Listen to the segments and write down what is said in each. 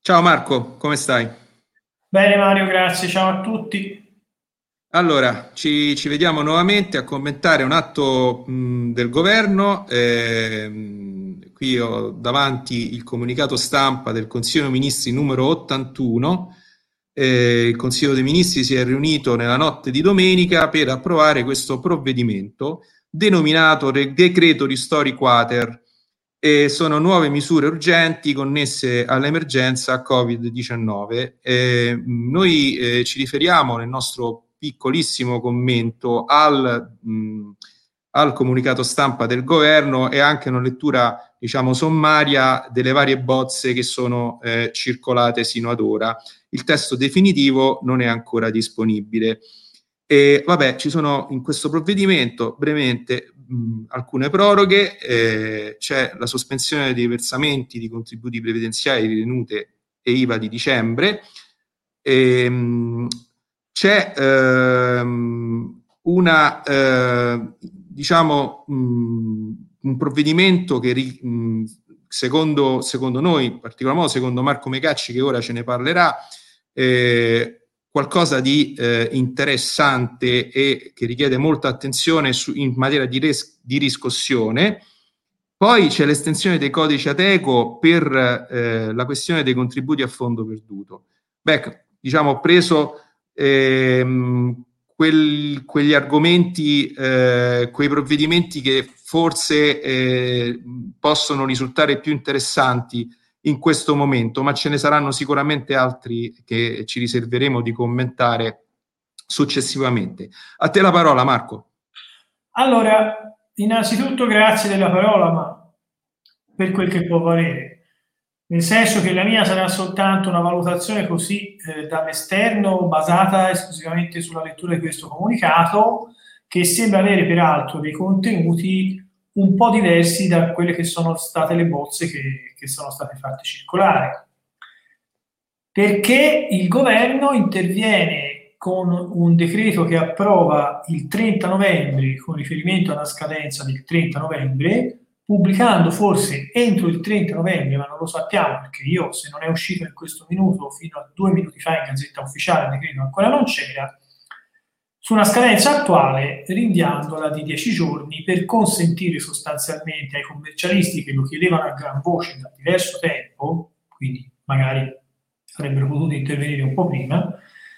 Ciao Marco, come stai? Bene Mario, grazie, ciao a tutti. Allora, ci vediamo nuovamente a commentare un atto del governo. Qui ho davanti il comunicato stampa del Consiglio dei Ministri numero 81. Il Consiglio dei Ministri si è riunito nella notte di domenica per approvare questo provvedimento denominato Decreto Ristori Quater. Sono nuove misure urgenti connesse all'emergenza Covid-19. Noi ci riferiamo nel nostro piccolissimo commento al comunicato stampa del governo e anche una lettura, diciamo, sommaria delle varie bozze che sono circolate sino ad ora. Il testo definitivo non è ancora disponibile. E vabbè, ci sono in questo provvedimento brevemente alcune proroghe, c'è la sospensione dei versamenti di contributi previdenziali, ritenute e IVA di dicembre, c'è una diciamo un provvedimento che secondo noi, in particolar modo secondo Marco Mecacci che ora ce ne parlerà, qualcosa di interessante e che richiede molta attenzione in materia di riscossione. Poi c'è l'estensione dei codici Ateco per la questione dei contributi a fondo perduto. Beh, diciamo, ho preso quegli argomenti, quei provvedimenti che forse possono risultare più interessanti in questo momento, ma ce ne saranno sicuramente altri che ci riserveremo di commentare successivamente. A te la parola, Marco. Allora, innanzitutto grazie della parola, ma per quel che può valere, nel senso che la mia sarà soltanto una valutazione così dall'esterno, basata esclusivamente sulla lettura di questo comunicato, che sembra avere peraltro dei contenuti un po' diversi da quelle che sono state le bozze che sono state fatte circolare. Perché il governo interviene con un decreto che approva il 30 novembre con riferimento alla scadenza del 30 novembre, pubblicando forse entro il 30 novembre, ma non lo sappiamo perché io, se non è uscito in questo minuto, fino a 2 minuti fa in Gazzetta Ufficiale, il decreto ancora non c'era, su una scadenza attuale, rinviandola di 10 giorni per consentire sostanzialmente ai commercialisti che lo chiedevano a gran voce da diverso tempo, quindi magari avrebbero potuto intervenire un po' prima,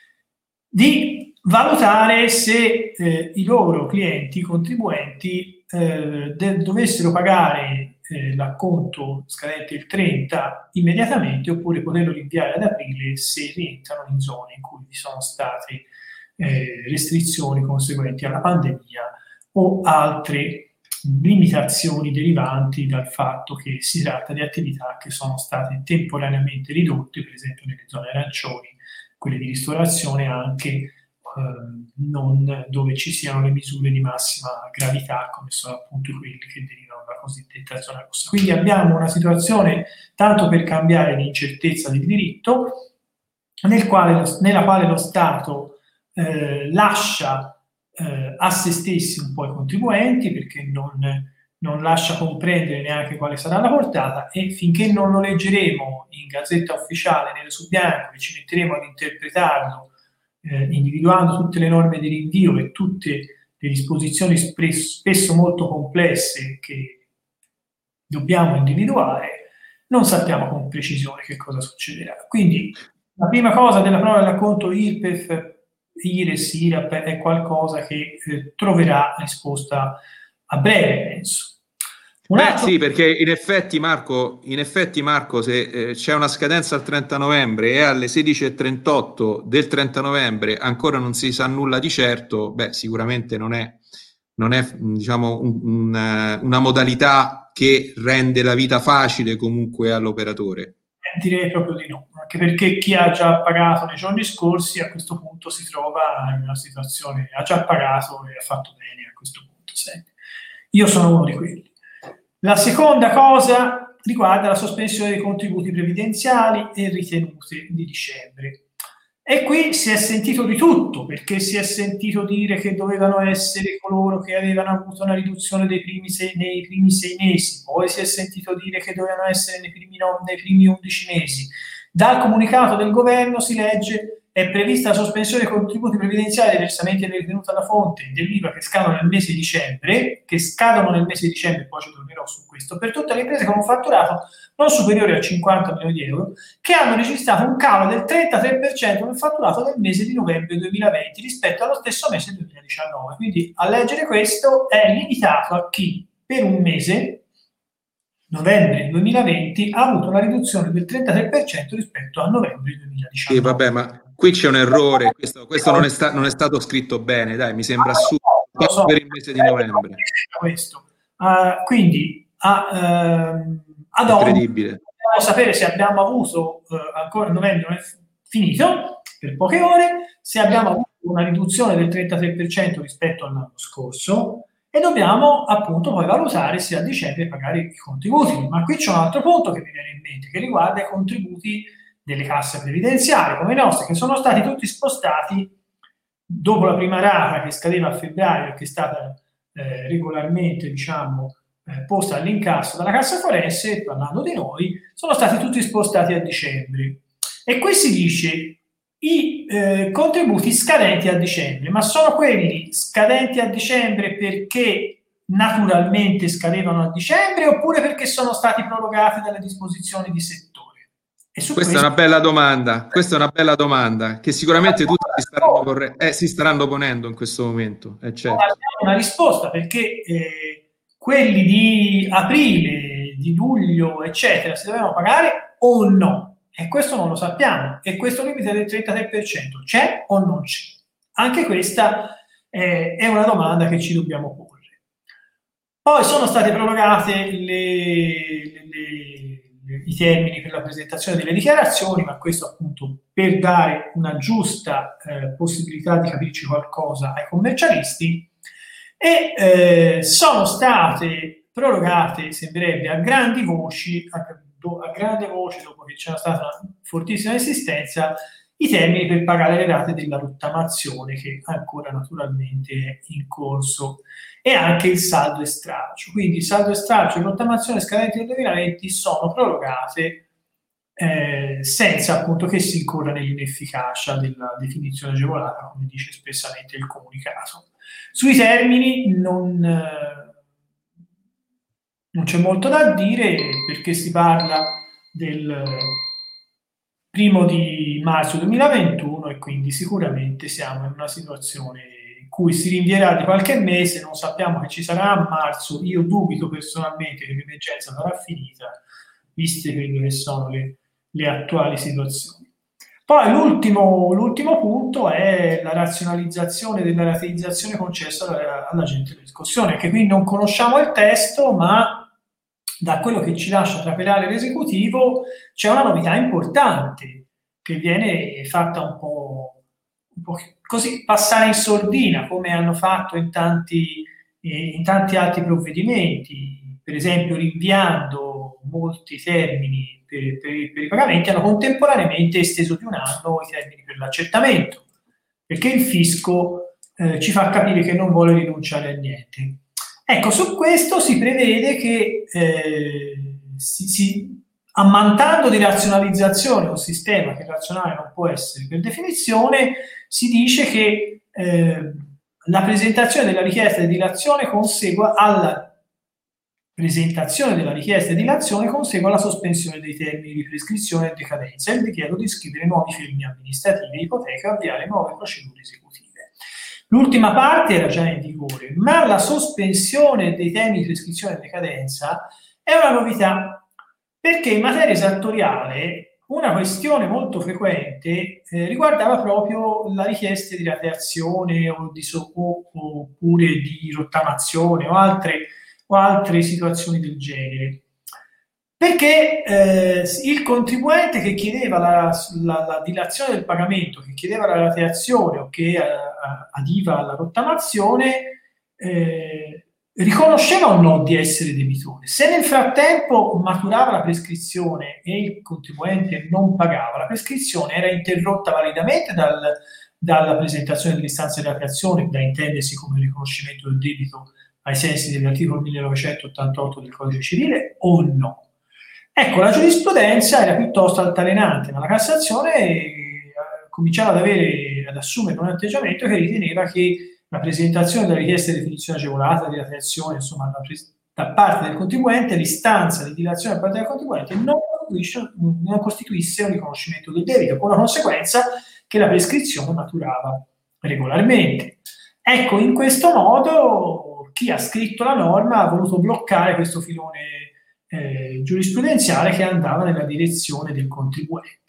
di valutare se i loro clienti, i contribuenti, dovessero pagare l'acconto scadente il 30 immediatamente oppure poterlo rinviare ad aprile se rientrano in zone in cui vi sono state restrizioni conseguenti alla pandemia o altre limitazioni derivanti dal fatto che si tratta di attività che sono state temporaneamente ridotte, per esempio nelle zone arancioni, quelle di ristorazione anche non dove ci siano le misure di massima gravità, come sono appunto quelli che derivano dalla cosiddetta zona rossa. Quindi abbiamo una situazione, tanto per cambiare, di incertezza del diritto, nella quale lo Stato lascia a se stessi un po' i contribuenti perché non lascia comprendere neanche quale sarà la portata e finché non lo leggeremo in Gazzetta Ufficiale nero su bianco e ci metteremo ad interpretarlo individuando tutte le norme di rinvio e tutte le disposizioni spesso molto complesse che dobbiamo individuare, non sappiamo con precisione che cosa succederà. Quindi la prima cosa della prova dell'acconto IRPEF, IRES, IRAP è qualcosa che troverà risposta a breve, penso. Un Beh, altro. sì, perché in effetti Marco, se c'è una scadenza al 30 novembre e alle 16:38 del 30 novembre ancora non si sa nulla di certo, beh, sicuramente non è, diciamo, una modalità che rende la vita facile comunque all'operatore. Direi proprio di no, anche perché chi ha già pagato nei giorni scorsi a questo punto si trova in una situazione, ha già pagato e ha fatto bene a questo punto. Senti. Io sono uno di quelli. La seconda cosa riguarda la sospensione dei contributi previdenziali e ritenute di dicembre. E qui si è sentito di tutto, perché si è sentito dire che dovevano essere coloro che avevano avuto una riduzione nei primi 6 mesi, poi si è sentito dire che dovevano essere nei primi 11 mesi, Dal comunicato del governo si legge: è prevista la sospensione dei contributi previdenziali e versamenti ritenuti alla fonte dell'IVA che scadono nel mese di dicembre, poi ci tornerò su questo, per tutte le imprese con un fatturato non superiore a 50 milioni di euro, che hanno registrato un calo del 33% del fatturato del mese di novembre 2020 rispetto allo stesso mese 2019. Quindi a leggere questo è limitato a chi per un mese, novembre 2020, ha avuto una riduzione del 33% rispetto a novembre 2019. Sì, vabbè, ma qui c'è un errore, questo non è stato scritto bene, dai, mi sembra assurdo, per il mese di novembre. Questo. Quindi ad oggi dobbiamo sapere se abbiamo avuto, ancora novembre non è finito, per poche ore, se abbiamo avuto una riduzione del 33% rispetto all'anno scorso, e dobbiamo appunto poi valutare se a dicembre pagare i contributi. Ma qui c'è un altro punto che mi viene in mente, che riguarda i contributi delle casse previdenziali come i nostri, che sono stati tutti spostati dopo la prima rata che scadeva a febbraio e che è stata regolarmente, diciamo, posta all'incasso dalla Cassa Forense, parlando di noi, sono stati tutti spostati a dicembre. E qui si dice i contributi scadenti a dicembre, ma sono quelli scadenti a dicembre perché naturalmente scadevano a dicembre, oppure perché sono stati prorogati dalle disposizioni di settore? Questa è una bella domanda, che sicuramente tutti si staranno ponendo in questo momento. Certo. Non abbiamo una risposta, perché quelli di aprile, di luglio, eccetera, si dovevano pagare o no? E questo non lo sappiamo. E questo limite del 33% c'è o non c'è? Anche questa è una domanda che ci dobbiamo porre. Poi sono state prorogate i termini per la presentazione delle dichiarazioni, ma questo appunto per dare una giusta possibilità di capirci qualcosa ai commercialisti, e sono state prorogate, sembrerebbe, a grandi voci, dopo che c'era stata una fortissima resistenza, i termini per pagare le rate della rottamazione, che ancora naturalmente è in corso, e anche il saldo e stralcio. Quindi il saldo e stralcio e rottamazione scadenti del 2020 sono prorogate senza appunto che si incorra nell'inefficacia della definizione agevolata, come dice espressamente il comunicato. Sui termini non c'è molto da dire, perché si parla del 1° marzo 2021 e quindi sicuramente siamo in una situazione in cui si rinvierà di qualche mese, non sappiamo che ci sarà a marzo. Io dubito personalmente che l'emergenza sarà finita, viste quelle che sono le attuali situazioni. Poi l'ultimo punto è la razionalizzazione della rateizzazione concessa all'agente di riscossione. Anche qui non conosciamo il testo, ma da quello che ci lascia trapelare l'esecutivo c'è una novità importante che viene fatta un po' così passare in sordina, come hanno fatto in tanti altri provvedimenti, per esempio rinviando molti termini per i pagamenti, hanno contemporaneamente esteso di un anno i termini per l'accertamento, perché il fisco ci fa capire che non vuole rinunciare a niente. Ecco, su questo si prevede che ammantando di razionalizzazione un sistema che razionale non può essere per definizione, si dice che la presentazione della richiesta di dilazione consegua alla sospensione dei termini di prescrizione e decadenza e il divieto di scrivere nuovi fermi amministrativi, ipoteca e avviare nuove procedure esecutive. L'ultima parte era già in vigore, ma la sospensione dei termini di prescrizione e decadenza è una novità, perché in materia esattoriale una questione molto frequente riguardava proprio la richiesta di rateazione oppure di rottamazione o altre situazioni del genere. Perché il contribuente che chiedeva la dilazione del pagamento, che chiedeva la rateazione o che adiva alla rottamazione, riconosceva o no di essere debitore. Se nel frattempo maturava la prescrizione e il contribuente non pagava, la prescrizione era interrotta validamente dalla presentazione dell'istanza di rateazione, da intendersi come riconoscimento del debito ai sensi dell'articolo 1988 del Codice Civile, o no? Ecco, la giurisprudenza era piuttosto altalenante, ma la Cassazione cominciava ad assumere un atteggiamento che riteneva che la presentazione della richiesta di definizione agevolata, di rateazione, insomma, da parte del contribuente, l'istanza di dilazione da parte del contribuente non costituisse un riconoscimento del debito, con la conseguenza che la prescrizione maturava regolarmente. Ecco, in questo modo chi ha scritto la norma ha voluto bloccare questo filone giurisprudenziale che andava nella direzione del contribuente.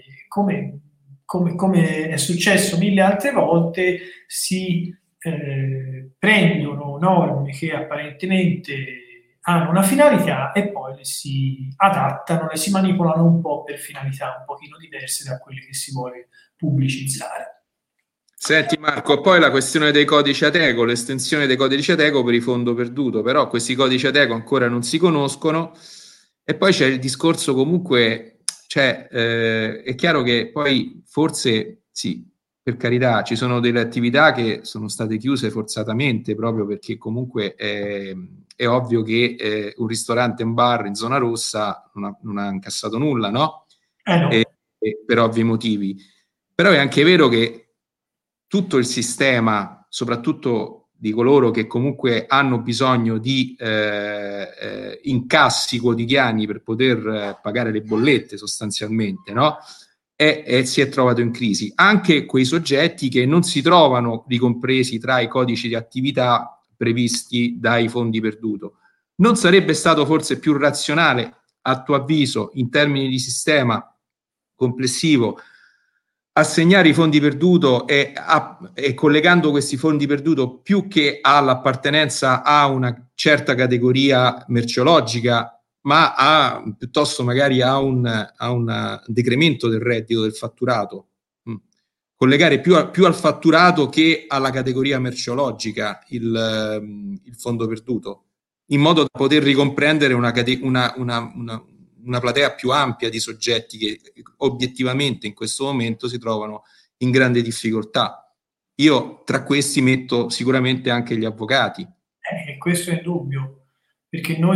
Come è successo mille altre volte, si prendono norme che apparentemente hanno una finalità e poi le si adattano, le si manipolano un po' per finalità un pochino diverse da quelle che si vuole pubblicizzare. Senti Marco, poi la questione dei codici Ateco, l'estensione dei codici Ateco per il fondo perduto, però questi codici Ateco ancora non si conoscono, e poi c'è il discorso comunque, cioè, è chiaro che poi forse sì, per carità, ci sono delle attività che sono state chiuse forzatamente proprio perché comunque è ovvio che un ristorante, un bar in zona rossa non ha incassato nulla, no? No. Per ovvi motivi. Però è anche vero che tutto il sistema, soprattutto di coloro che comunque hanno bisogno di incassi quotidiani per poter pagare le bollette sostanzialmente, no? Si è trovato in crisi. Anche quei soggetti che non si trovano ricompresi tra i codici di attività previsti dai fondi perduto. Non sarebbe stato forse più razionale, a tuo avviso, in termini di sistema complessivo, assegnare i fondi perduto e collegando questi fondi perduto più che all'appartenenza a una certa categoria merceologica, ma piuttosto magari a un decremento del reddito, del fatturato, collegare più al fatturato che alla categoria merceologica il fondo perduto, in modo da poter ricomprendere una platea più ampia di soggetti che obiettivamente in questo momento si trovano in grande difficoltà. Io tra questi metto sicuramente anche gli avvocati. Questo è indubbio, perché noi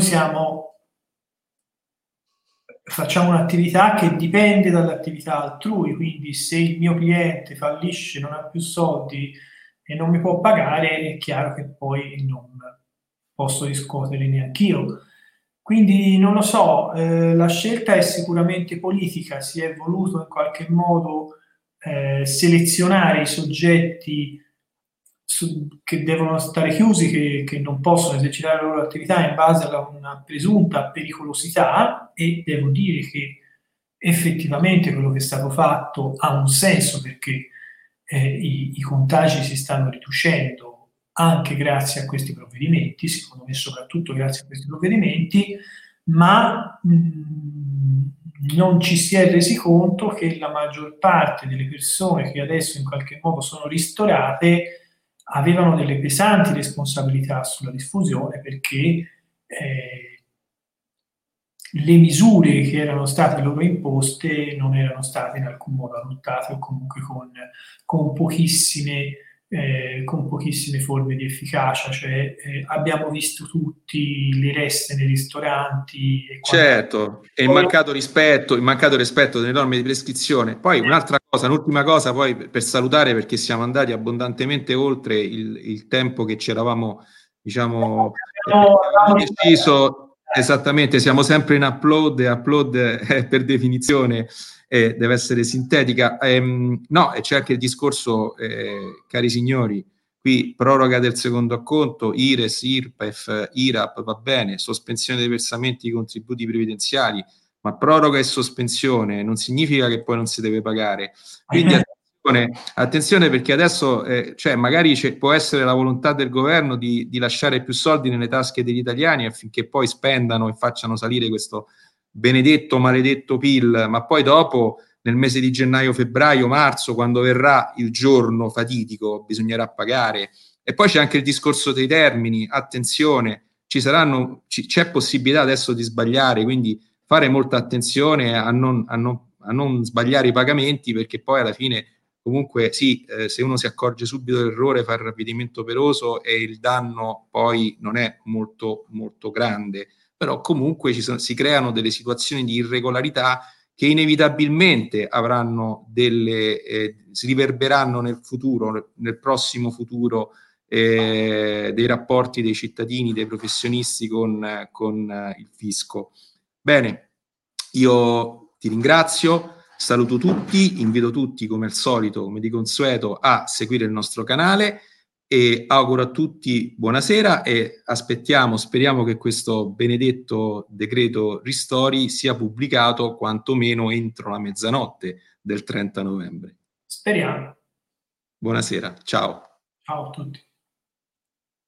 facciamo un'attività che dipende dall'attività altrui, quindi se il mio cliente fallisce, non ha più soldi e non mi può pagare, è chiaro che poi non posso riscuotere neanch'io. Quindi non lo so, la scelta è sicuramente politica, si è voluto in qualche modo selezionare i soggetti che devono stare chiusi, che non possono esercitare la loro attività in base a una presunta pericolosità, e devo dire che effettivamente quello che è stato fatto ha un senso perché i contagi si stanno riducendo anche grazie a questi provvedimenti, secondo me soprattutto grazie a questi provvedimenti, ma non ci si è resi conto che la maggior parte delle persone che adesso in qualche modo sono ristorate avevano delle pesanti responsabilità sulla diffusione perché le misure che erano state loro imposte non erano state in alcun modo adottate o comunque con pochissime forme di efficacia, cioè abbiamo visto tutti le reste nei ristoranti. Certo, e il mancato rispetto delle norme di prescrizione. Poi un'ultima cosa poi per salutare, perché siamo andati abbondantemente oltre il tempo che ci eravamo, diciamo, deciso. Esattamente, siamo sempre in upload e upload per definizione deve essere sintetica. No, e c'è anche il discorso, cari signori, qui proroga del secondo acconto, IRES, IRPEF, IRAP, va bene, sospensione dei versamenti di contributi previdenziali, ma proroga e sospensione non significa che poi non si deve pagare. Quindi attenzione perché adesso cioè magari può essere la volontà del governo di lasciare più soldi nelle tasche degli italiani affinché poi spendano e facciano salire questo benedetto, maledetto PIL, ma poi dopo nel mese di gennaio, febbraio, marzo, quando verrà il giorno fatidico, bisognerà pagare. E poi c'è anche il discorso dei termini, attenzione, c'è possibilità adesso di sbagliare, quindi fare molta attenzione a non sbagliare i pagamenti, perché poi alla fine comunque sì, se uno si accorge subito dell'errore fa il ravvedimento operoso e il danno poi non è molto molto grande, però comunque si creano delle situazioni di irregolarità che inevitabilmente si riverberanno nel futuro, nel prossimo futuro, dei rapporti dei cittadini, dei professionisti con il fisco. Bene, io ti ringrazio, saluto tutti, invito tutti come al solito, come di consueto, a seguire il nostro canale e auguro a tutti buonasera e speriamo che questo benedetto decreto ristori sia pubblicato quantomeno entro la mezzanotte del 30 novembre. Speriamo. Buonasera, ciao. Ciao a tutti.